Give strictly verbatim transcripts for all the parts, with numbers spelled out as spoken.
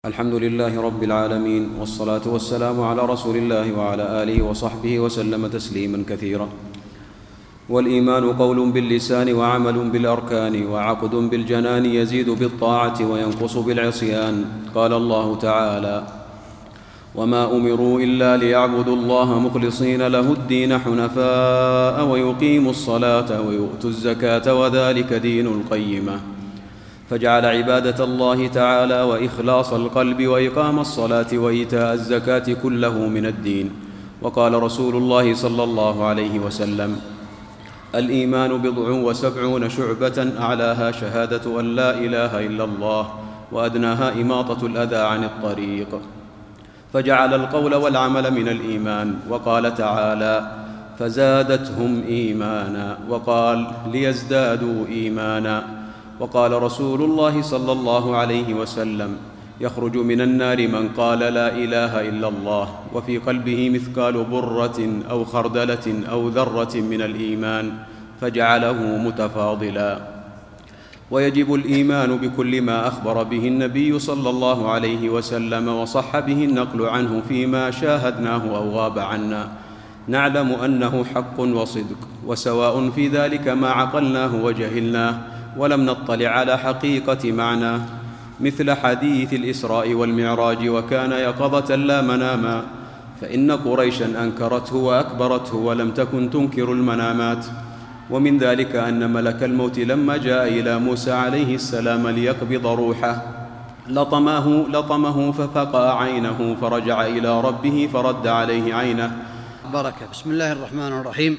الحمد لله رب العالمين، والصلاة والسلام على رسول الله وعلى آله وصحبه وسلم تسليما كثيرا. والإيمان قول باللسان وعمل بالأركان وعقد بالجنان، يزيد بالطاعة وينقص بالعصيان. قال الله تعالى: وما أمروا إلا ليعبدوا الله مخلصين له الدين حنفاء ويقيموا الصلاة ويؤتوا الزكاة وذلك دين القيمة. فجعل عبادة الله تعالى وإخلاص القلب وإقام الصلاة وإيتاء الزكاة كله من الدين. وقال رسول الله صلى الله عليه وسلم: الإيمان بضع وسبعون شعبة، أعلاها شهادة أن لا إله إلا الله، وأدناها إماطة الأذى عن الطريق. فجعل القول والعمل من الإيمان. وقال تعالى: فزادتهم إيمانا، وقال: ليزدادوا إيمانا. وقال رسول الله صلى الله عليه وسلم: يخرج من النار من قال لا إله إلا الله وفي قلبه مثقال برة أو خردلة أو ذرة من الإيمان، فجعله متفاضلا. ويجب الإيمان بكل ما أخبر به النبي صلى الله عليه وسلم وصح به النقل عنه فيما شاهدناه أو غاب عنا، نعلم أنه حق وصدق، وسواء في ذلك ما عقلناه وجهلناه ولم نطلع على حقيقة معناه، مثل حديث الإسراء والمعراج: وكان يقظة لا مناما. فإن قريشا أنكرته وأكبرته ولم تكن تنكر المنامات. ومن ذلك أن ملك الموت لما جاء إلى موسى عليه السلام ليقبض روحه لطمه, لطمه ففقأ عينه، فرجع إلى ربه فرد عليه عينه. بركة. بسم الله الرحمن الرحيم.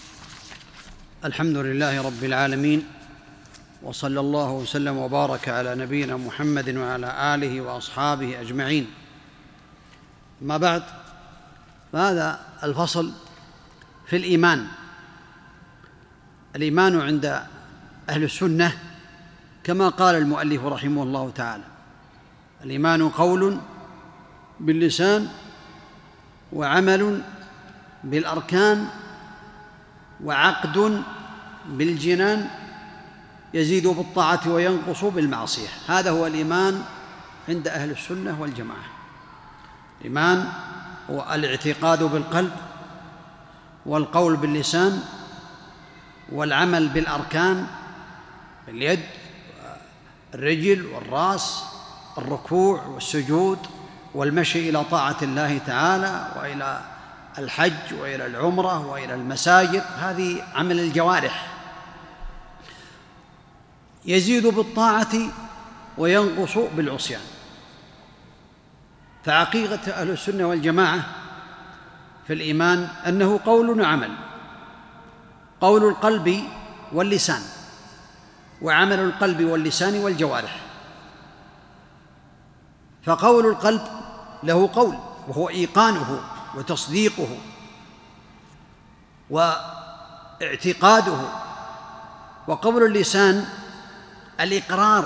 الحمد لله رب العالمين، وصلى الله وسلم وبارك على نبينا محمد وعلى آله وأصحابه أجمعين. ما بعد، فهذا الفصل في الإيمان. الإيمان عند أهل السنة كما قال المؤلف رحمه الله تعالى: الإيمان قول باللسان وعمل بالأركان وعقد بالجنان، يزيد بالطاعة وينقص بالمعصية. هذا هو الإيمان عند أهل السنة والجماعة. الإيمان هو الاعتقاد بالقلب، والقول باللسان، والعمل بالأركان: اليد، الرجل، والرأس، الركوع والسجود، والمشي إلى طاعة الله تعالى، وإلى الحج، وإلى العمرة، وإلى المساجد. هذه عمل الجوارح. يزيد بالطاعة وينقص بالعصيان. فعقيدة أهل السنة والجماعة في الإيمان أنه قول وعمل: قول القلب واللسان، وعمل القلب واللسان والجوارح. فقول القلب له قول، وهو إيقانه وتصديقه واعتقاده. وقول اللسان الإقرار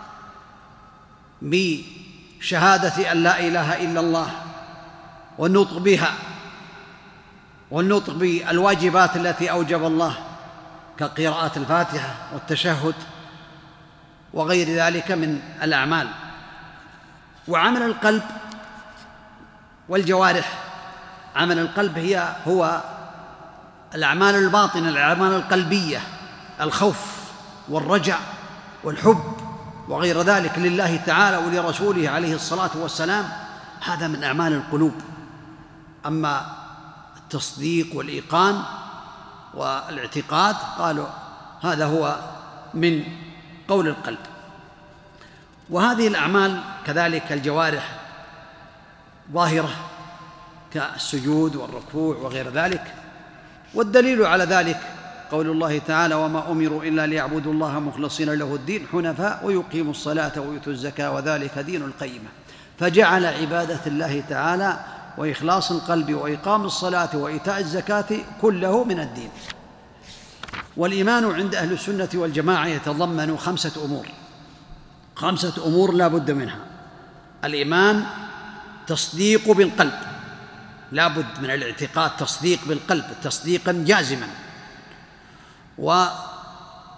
بشهادة أن لا إله إلا الله، والنطق بها، والنطق بالواجبات التي أوجب الله كقراءة الفاتحة والتشهد وغير ذلك من الأعمال. وعمل القلب والجوارح: عمل القلب هي هو الأعمال الباطنة، الأعمال القلبية: الخوف والرجع والحب وغير ذلك لله تعالى ولرسوله عليه الصلاة والسلام. هذا من أعمال القلوب. أما التصديق والإيقان والاعتقاد قالوا هذا هو من قول القلب. وهذه الأعمال كذلك الجوارح ظاهرة كالسجود والركوع وغير ذلك. والدليل على ذلك قول الله تعالى: وما أمروا إلا ليعبدوا الله مخلصين له الدين حنفاء ويقيموا الصلاة ويؤتوا الزكاة وذلك دين القيمة. فجعل عبادة الله تعالى وإخلاص القلب وإقام الصلاة وإيتاء الزكاة كله من الدين. والإيمان عند أهل السنة والجماعة يتضمن خمسة أمور خمسة أمور لا بد منها. الإيمان تصديق بالقلب، لا بد من الاعتقاد، تصديق بالقلب تصديقا جازما.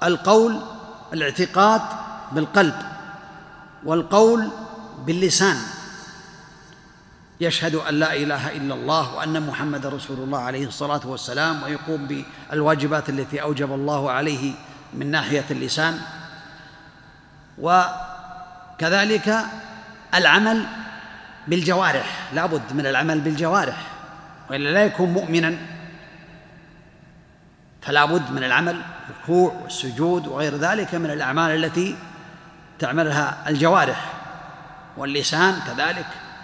والقول الاعتقاد بالقلب، والقول باللسان، يشهد أن لا إله إلا الله وأن محمد رسول الله عليه الصلاة والسلام، ويقوم بالواجبات التي أوجب الله عليه من ناحية اللسان، وكذلك العمل بالجوارح، لا بد من العمل بالجوارح وإلا لا يكون مؤمنا، فلا بد من العمل، الركوع والسجود وغير ذلك من الأعمال التي تعملها الجوارح، واللسان كذلك.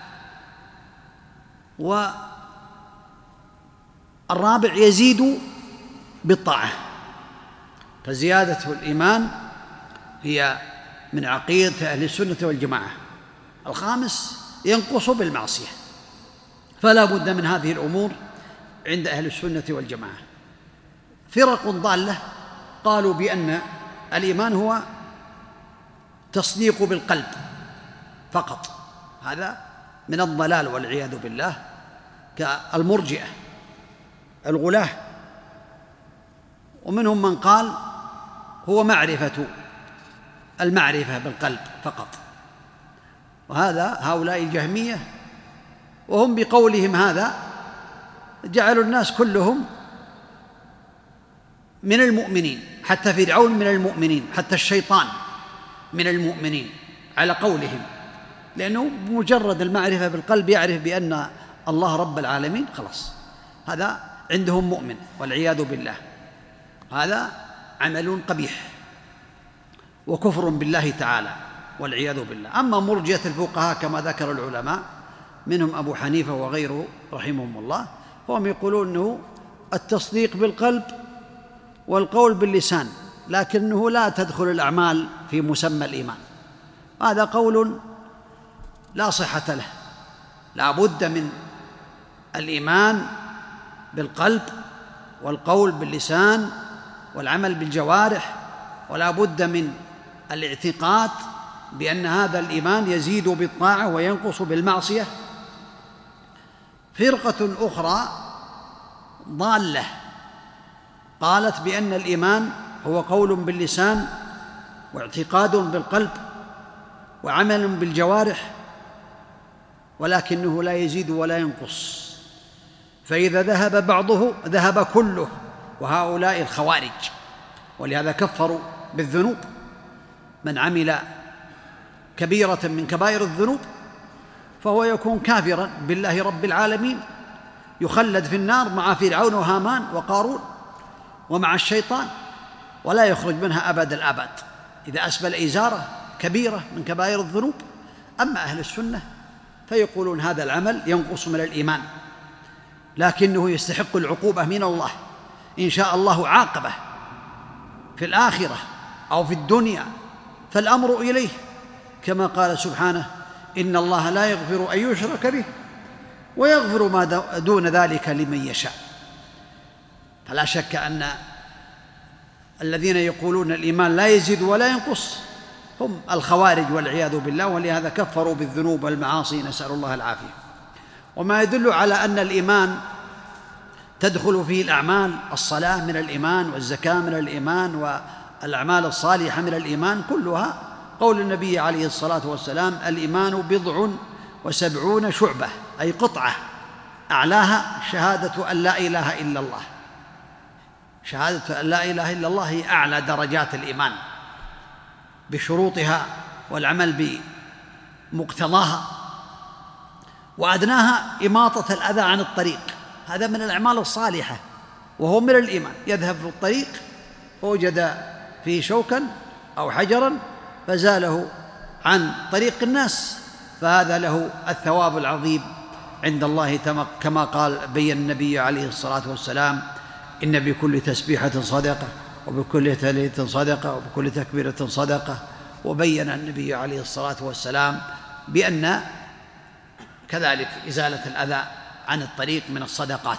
والرابع يزيد بالطاعة، فزيادة الإيمان هي من عقيدة أهل السنة والجماعة. الخامس ينقص بالمعصية، فلا بد من هذه الأمور عند أهل السنة والجماعة. فرق ضالة قالوا بأن الإيمان هو تصديق بالقلب فقط، هذا من الضلال والعياذ بالله، كالمرجئة الغلاة. ومنهم من قال هو معرفة المعرفة بالقلب فقط، وهذا هؤلاء الجهمية، وهم بقولهم هذا جعلوا الناس كلهم من المؤمنين، حتى فرعون من المؤمنين، حتى الشيطان من المؤمنين على قولهم، لأنه بمجرد المعرفة بالقلب يعرف بأن الله رب العالمين، خلاص هذا عندهم مؤمن، والعياذ بالله. هذا عمل قبيح وكفر بالله تعالى والعياذ بالله. أما مرجئة الفقهاء كما ذكر العلماء منهم أبو حنيفة وغيره رحمهم الله، فهم يقولون أنه التصديق بالقلب والقول باللسان، لكنه لا تدخل الأعمال في مسمى الإيمان. هذا قول لا صحة له، لا بد من الإيمان بالقلب والقول باللسان والعمل بالجوارح، ولا بد من الاعتقاد بأن هذا الإيمان يزيد بالطاعة وينقص بالمعصية. فرقة أخرى ضالة قالت بأن الإيمان هو قول باللسان واعتقاد بالقلب وعمل بالجوارح، ولكنه لا يزيد ولا ينقص، فإذا ذهب بعضه ذهب كله، وهؤلاء الخوارج. ولهذا كفروا بالذنوب، من عمل كبيرة من كبائر الذنوب فهو يكون كافرا بالله رب العالمين، يخلد في النار مع فرعون وهامان وقارون ومع الشيطان، ولا يخرج منها أبد الآباد إذا أسبل إزارة كبيرة من كبائر الذنوب. أما أهل السنة فيقولون هذا العمل ينقص من الإيمان، لكنه يستحق العقوبة من الله، إن شاء الله عاقبه في الآخرة أو في الدنيا، فالأمر إليه، كما قال سبحانه: إن الله لا يغفر أن يشرك به ويغفر ما دون ذلك لمن يشاء. فلا شك أن الذين يقولون الإيمان لا يزيد ولا ينقص هم الخوارج والعياذ بالله، ولهذا كفروا بالذنوب والمعاصي، نسأل الله العافية. وما يدل على أن الإيمان تدخل فيه الأعمال، الصلاة من الإيمان، والزكاة من الإيمان، والأعمال الصالحة من الإيمان، كلها قول النبي عليه الصلاة والسلام: الإيمان بضع وسبعون شعبة، أي قطعة، أعلاها شهادة أن لا إله إلا الله. شهادة أن لا إله إلا الله هي أعلى درجات الإيمان بشروطها والعمل بمقتضاها، وأدناها إماطة الأذى عن الطريق، هذا من الأعمال الصالحة وهو من الإيمان. يذهب في الطريق فوجد فيه شوكا أو حجرا فزاله عن طريق الناس، فهذا له الثواب العظيم عند الله، كما قال بين النبي عليه الصلاة والسلام: إن بكل تسبيحة صدقة، وبكل تهليلة صدقة، وبكل تكبيرة صدقة. وبين النبي عليه الصلاة والسلام بأن كذلك إزالة الأذى عن الطريق من الصدقات،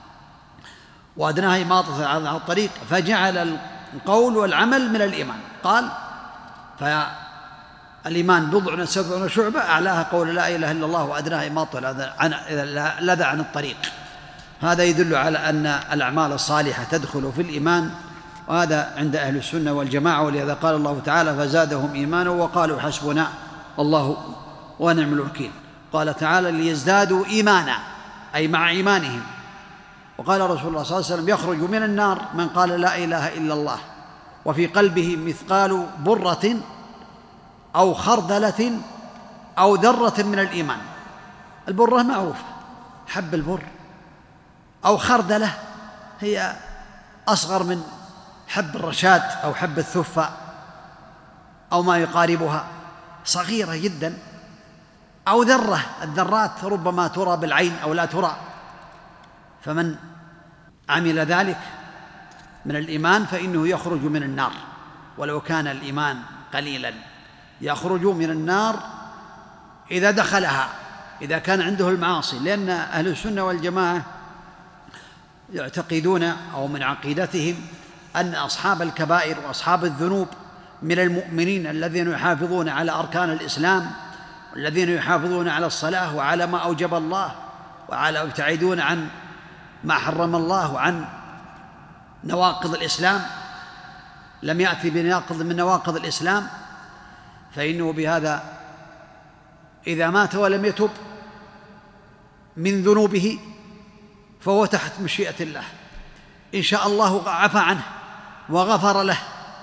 وأدناها إماطة عن الطريق، فجعل القول والعمل من الإيمان. قال: فالإيمان بضع وسبعون شعبة، أعلاها قول لا إله إلا الله، وأدناها إماطة الأذى عن الطريق. هذا يدل على أن الأعمال الصالحة تدخل في الإيمان، وهذا عند أهل السنة والجماعة. ولهذا قال الله تعالى: فزادهم إيمانا وقالوا حسبنا الله ونعم الوكيل. قال تعالى ليزدادوا إيمانا، أي مع إيمانهم. وقال رسول الله صلى الله عليه وسلم يخرج من النار من قال لا إله إلا الله وفي قلبه مثقال برة أو خردلة أو ذرة من الإيمان. البرة معروفة، حب البر، أو خردلة هي أصغر من حب الرشاد أو حب الثفة أو ما يقاربها، صغيرة جدا، أو ذرة، الذرات ربما ترى بالعين أو لا ترى. فمن عمل ذلك من الإيمان فإنه يخرج من النار ولو كان الإيمان قليلا، يخرج من النار إذا دخلها، إذا كان عنده المعاصي. لأن أهل السنة والجماعة يعتقدون أو من عقيدتهم أن أصحاب الكبائر وأصحاب الذنوب من المؤمنين الذين يحافظون على أركان الإسلام، والذين يحافظون على الصلاة وعلى ما أوجب الله، وعلى يبتعدون عن ما حرم الله وعن نواقض الإسلام، لم يأتي بناقض من نواقض الإسلام، فإنه بهذا إذا مات ولم يتب من ذنوبه فهو تحت مشيئة الله، إن شاء الله عفى عنه وغفر له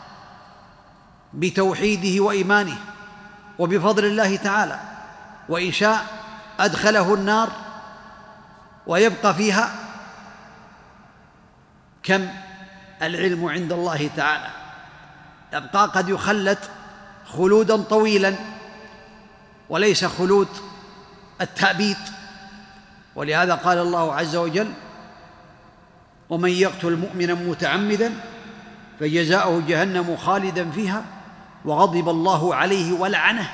بتوحيده وإيمانه وبفضل الله تعالى، وإن شاء أدخله النار ويبقى فيها. كم العلم عند الله تعالى، يبقى قد يخلد خلودا طويلا وليس خلود التأبيد. ولهذا قال الله عز وجل ومن يقتل مؤمنا متعمدا فجزاؤه جهنم خالدا فيها وغضب الله عليه ولعنه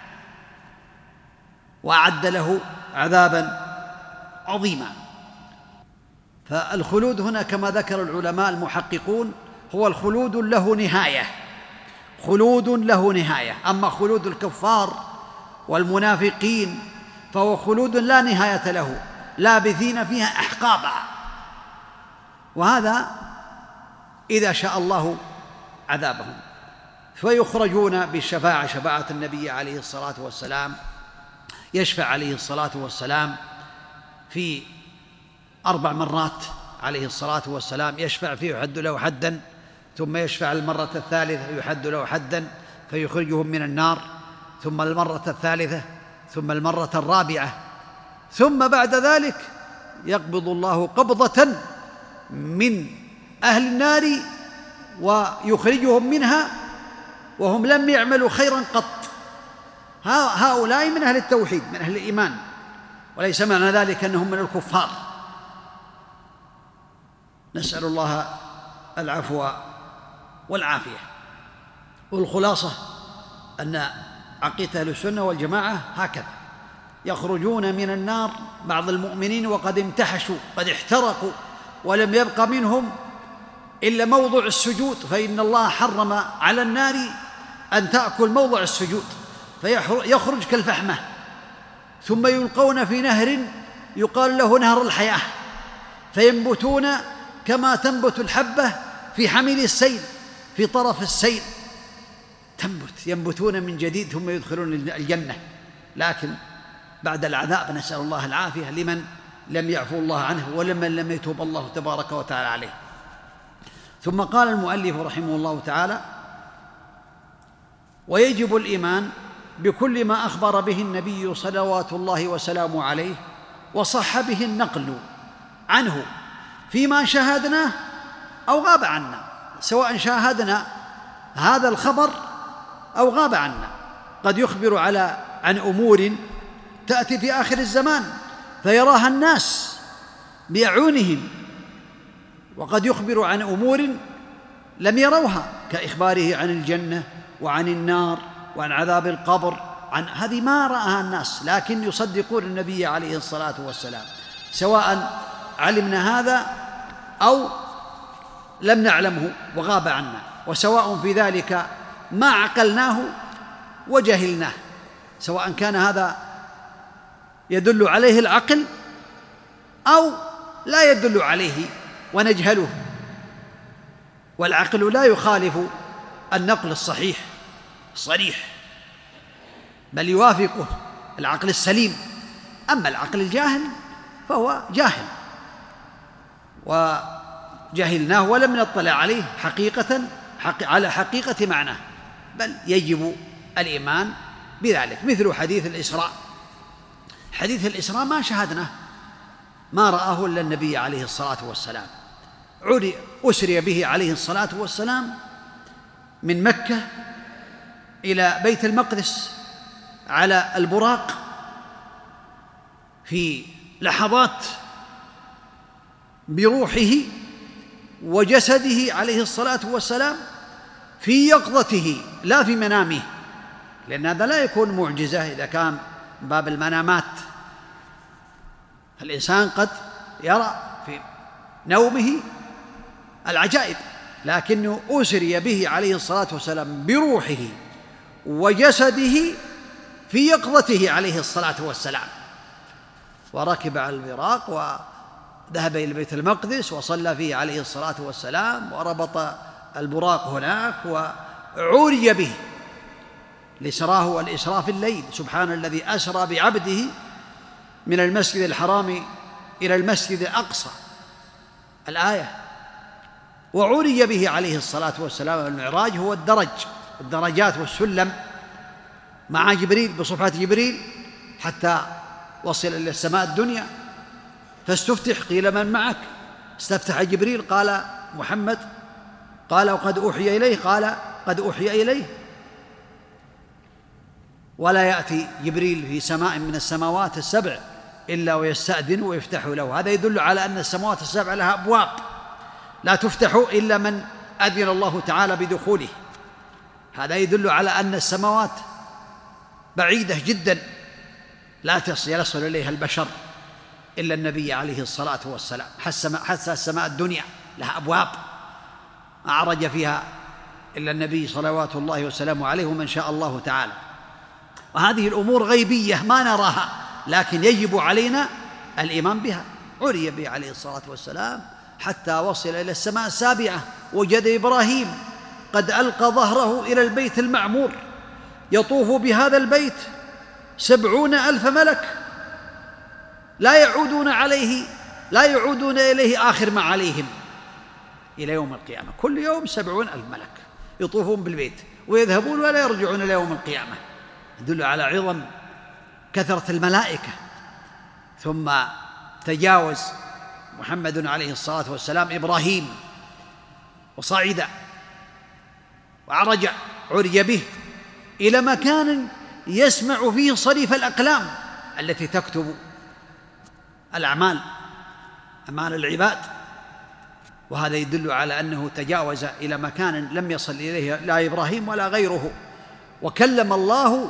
وأعد له عذابا عظيما. فالخلود هنا كما ذكر العلماء المحققون هو الخلود له نهاية، خلود له نهاية. أما خلود الكفار والمنافقين فهو خلود لا نهاية له، لابثين فيها أحقابا، وهذا إذا شاء الله عذابهم. فيخرجون بالشفاعة، شفاعة النبي عليه الصلاة والسلام، يشفع عليه الصلاة والسلام في أربع مرات عليه الصلاة والسلام، يشفع فيه يحد له حدا، ثم يشفع المرة الثالثة يحد له حدا فيخرجهم من النار، ثم المرة الثالثة، ثم المرة الرابعة، ثم بعد ذلك يقبض الله قبضة من أهل النار ويخرجهم منها وهم لم يعملوا خيرا قط. هؤلاء من أهل التوحيد، من أهل الإيمان، وليس معنى ذلك أنهم من الكفار. نسأل الله العفو والعافية. والخلاصة أن عقيدة أهل السنة والجماعة هكذا، يخرجون من النار بعض المؤمنين وقد امتحشوا، قد احترقوا، ولم يبق منهم إلا موضع السجود، فإن الله حرم على النار أن تأكل موضع السجود، فيخرج كالفحمة، ثم يلقون في نهر يقال له نهر الحياة، فينبتون كما تنبت الحبة في حميل السيل، في طرف السيل تنبت، ينبتون من جديد ثم يدخلون الجنة، لكن بعد العذاب، نسأل الله العافية لمن لم يعفو الله عنه ولمن لم يتوب الله تبارك وتعالى عليه. ثم قال المؤلف رحمه الله تعالى ويجب الإيمان بكل ما أخبر به النبي صلوات الله وسلامه عليه وصح به النقل عنه فيما شاهدناه أو غاب عنا، سواء شاهدنا هذا الخبر أو غاب عنا. قد يخبر على عن أمور تأتي في آخر الزمان فيراها الناس بأعينهم، وقد يخبر عن أمور لم يروها كإخباره عن الجنة وعن النار وعن عذاب القبر، عن هذه ما رأها الناس، لكن يصدقون النبي عليه الصلاة والسلام، سواء علمنا هذا أو لم نعلمه وغاب عنا، وسواء في ذلك ما عقلناه وجهلناه، سواء كان هذا يدل عليه العقل أو لا يدل عليه ونجهله. والعقل لا يخالف النقل الصحيح الصريح، بل يوافقه العقل السليم أما العقل الجاهل فهو جاهل، وجهلناه ولم نطلع عليه حقيقة حق على حقيقة معناه، بل يجب الإيمان بذلك. مثل حديث الإسراء، حديث الإسراء ما شاهدناه، ما رآه إلا النبي عليه الصلاة والسلام. أسري به عليه الصلاة والسلام من مكة إلى بيت المقدس على البراق في لحظات بروحه وجسده عليه الصلاة والسلام في يقظته لا في منامه، لأن هذا لا يكون معجزة إذا كان باب المنامات. الإنسان قد يرى في نومه العجائب، لكنه أسري به عليه الصلاة والسلام بروحه وجسده في يقظته عليه الصلاة والسلام، وركب على البراق وذهب إلى بيت المقدس وصلى فيه عليه الصلاة والسلام، وربط البراق هناك وعري به. الإسراء هو الإسراء في الليل، سبحان الذي أسرى بعبده من المسجد الحرام إلى المسجد الأقصى، الآية. وعري به عليه الصلاة والسلام. المعراج هو الدرج، الدرجات والسلم مع جبريل بصحبة جبريل حتى وصل إلى السماء الدنيا، فاستفتح، قيل من معك؟ استفتح جبريل، قال محمد، قال وقد أوحي إليه، قال قد أوحي إليه. ولا يأتي جبريل في سماء من السماوات السبع إلا ويستأذن ويفتح له. هذا يدل على أن السماوات السبع لها أبواب لا تفتح إلا من أذن الله تعالى بدخوله. هذا يدل على أن السماوات بعيدة جدا لا يصل إليها البشر إلا النبي عليه الصلاة والسلام. حتى السماء الدنيا لها أبواب ما عرج فيها إلا النبي صلوات الله وسلامه عليه ومن شاء الله تعالى. وهذه الأمور غيبية ما نراها، لكن يجب علينا الإيمان بها. عري به عليه الصلاة والسلام حتى وصل إلى السماء السابعة، وجد إبراهيم قد ألقى ظهره إلى البيت المعمور، يطوف بهذا البيت سبعون ألف ملك لا يعودون عليه لا يعودون إليه آخر ما عليهم إلى يوم القيامة. كل يوم سبعون ألف ملك يطوفون بالبيت ويذهبون ولا يرجعون إلى يوم القيامة. يدل على عظم كثرة الملائكة. ثم تجاوز محمد عليه الصلاة والسلام إبراهيم وصعد وعرج عرج به إلى مكان يسمع فيه صريف الأقلام التي تكتب الأعمال، أعمال العباد. وهذا يدل على أنه تجاوز إلى مكان لم يصل إليه لا إبراهيم ولا غيره. وكلم الله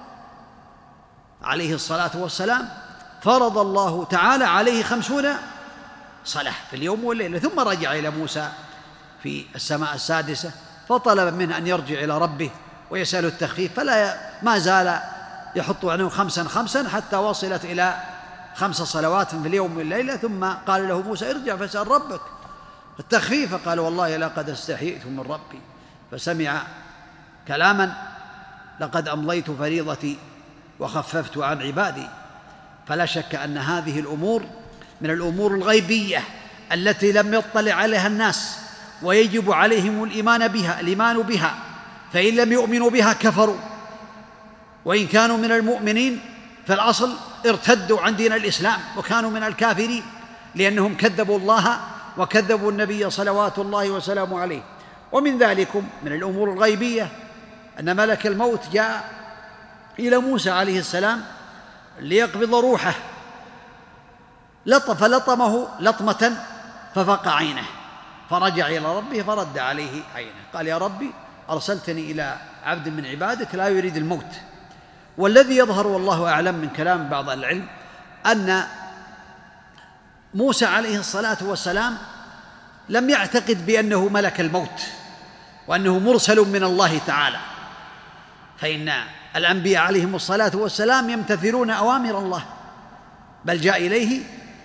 عليه الصلاة والسلام، فرض الله تعالى عليه خمسون صلاة في اليوم والليلة. ثم رجع إلى موسى في السماء السادسة فطلب منه أن يرجع إلى ربه ويسأل التخفيف، فلا ما زال يحط عنه خمسا خمسا حتى وصلت إلى خمس صلوات في اليوم والليلة. ثم قال له موسى ارجع فاسأل ربك التخفيف، قال والله لقد استحييت من ربي فسمع كلاما لقد أمضيت فريضتي وخففت عن عبادي. فلا شك أن هذه الأمور من الأمور الغيبية التي لم يطلع عليها الناس، ويجب عليهم الإيمان بها الإيمان بها فإن لم يؤمنوا بها كفروا، وإن كانوا من المؤمنين فالأصل ارتدوا عن دين الإسلام وكانوا من الكافرين، لأنهم كذبوا الله وكذبوا النبي صلوات الله وسلامه عليه. ومن ذلكم من الأمور الغيبية أن ملك الموت جاء إلى موسى عليه السلام ليقبض روحه، لطف لطمه لطمة ففقع عينه، فرجع إلى ربه فرد عليه عينه، قال يا ربي أرسلتني إلى عبد من عبادك لا يريد الموت. والذي يظهر والله أعلم من كلام بعض العلم أن موسى عليه الصلاة والسلام لم يعتقد بأنه ملك الموت وأنه مرسل من الله تعالى، فإن الأنبياء عليهم الصلاة والسلام يمتثلون أوامر الله، بل جاء إليه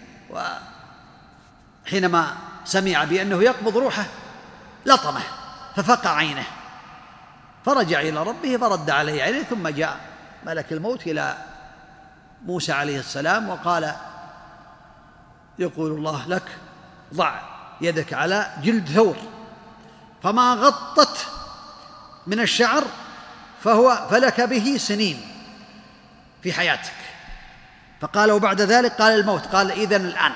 وحينما سمع بأنه يقبض روحه لطمه ففقع عينه، فرجع إلى ربه فرد عليه عينه، ثم جاء ملك الموت إلى موسى عليه السلام وقال يقول الله لك ضع يدك على جلد ثور فما غطت من الشعر فهو فلك به سنين في حياتك. فقال وبعد ذلك قال الموت، قال إذن الآن.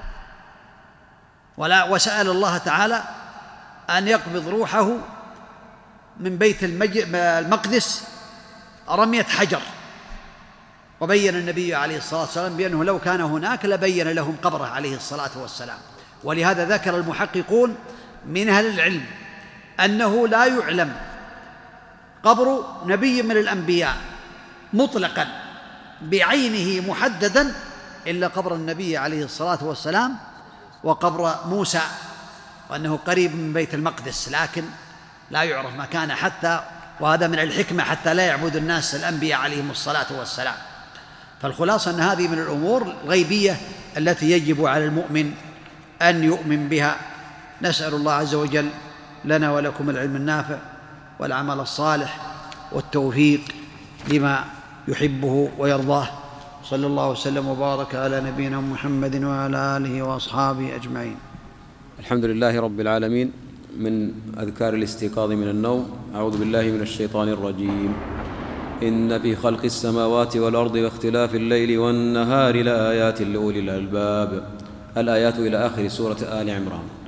ولا وسأل الله تعالى أن يقبض روحه من بيت المقدس رمية حجر، وبين النبي عليه الصلاة والسلام بأنه لو كان هناك لبين لهم قبره عليه الصلاة والسلام. ولهذا ذكر المحققون من أهل العلم أنه لا يعلم قبر نبي من الأنبياء مطلقا بعينه محددا إلا قبر النبي عليه الصلاة والسلام وقبر موسى، وأنه قريب من بيت المقدس، لكن لا يعرف مكانه حتى، وهذا من الحكمة حتى لا يعبد الناس الأنبياء عليهم الصلاة والسلام. فالخلاصة أن هذه من الأمور الغيبية التي يجب على المؤمن أن يؤمن بها. نسأل الله عز وجل لنا ولكم العلم النافع والعمل الصالح والتوفيق لما يحبه ويرضاه. صلى الله وسلم وبارك على نبينا محمد وعلى آله وأصحابه أجمعين. الحمد لله رب العالمين. من أذكار الاستيقاظ من النوم: أعوذ بالله من الشيطان الرجيم. إن في خلق السماوات والأرض واختلاف الليل والنهار لآيات لأولي الألباب. الآيات إلى آخر سورة آل عمران.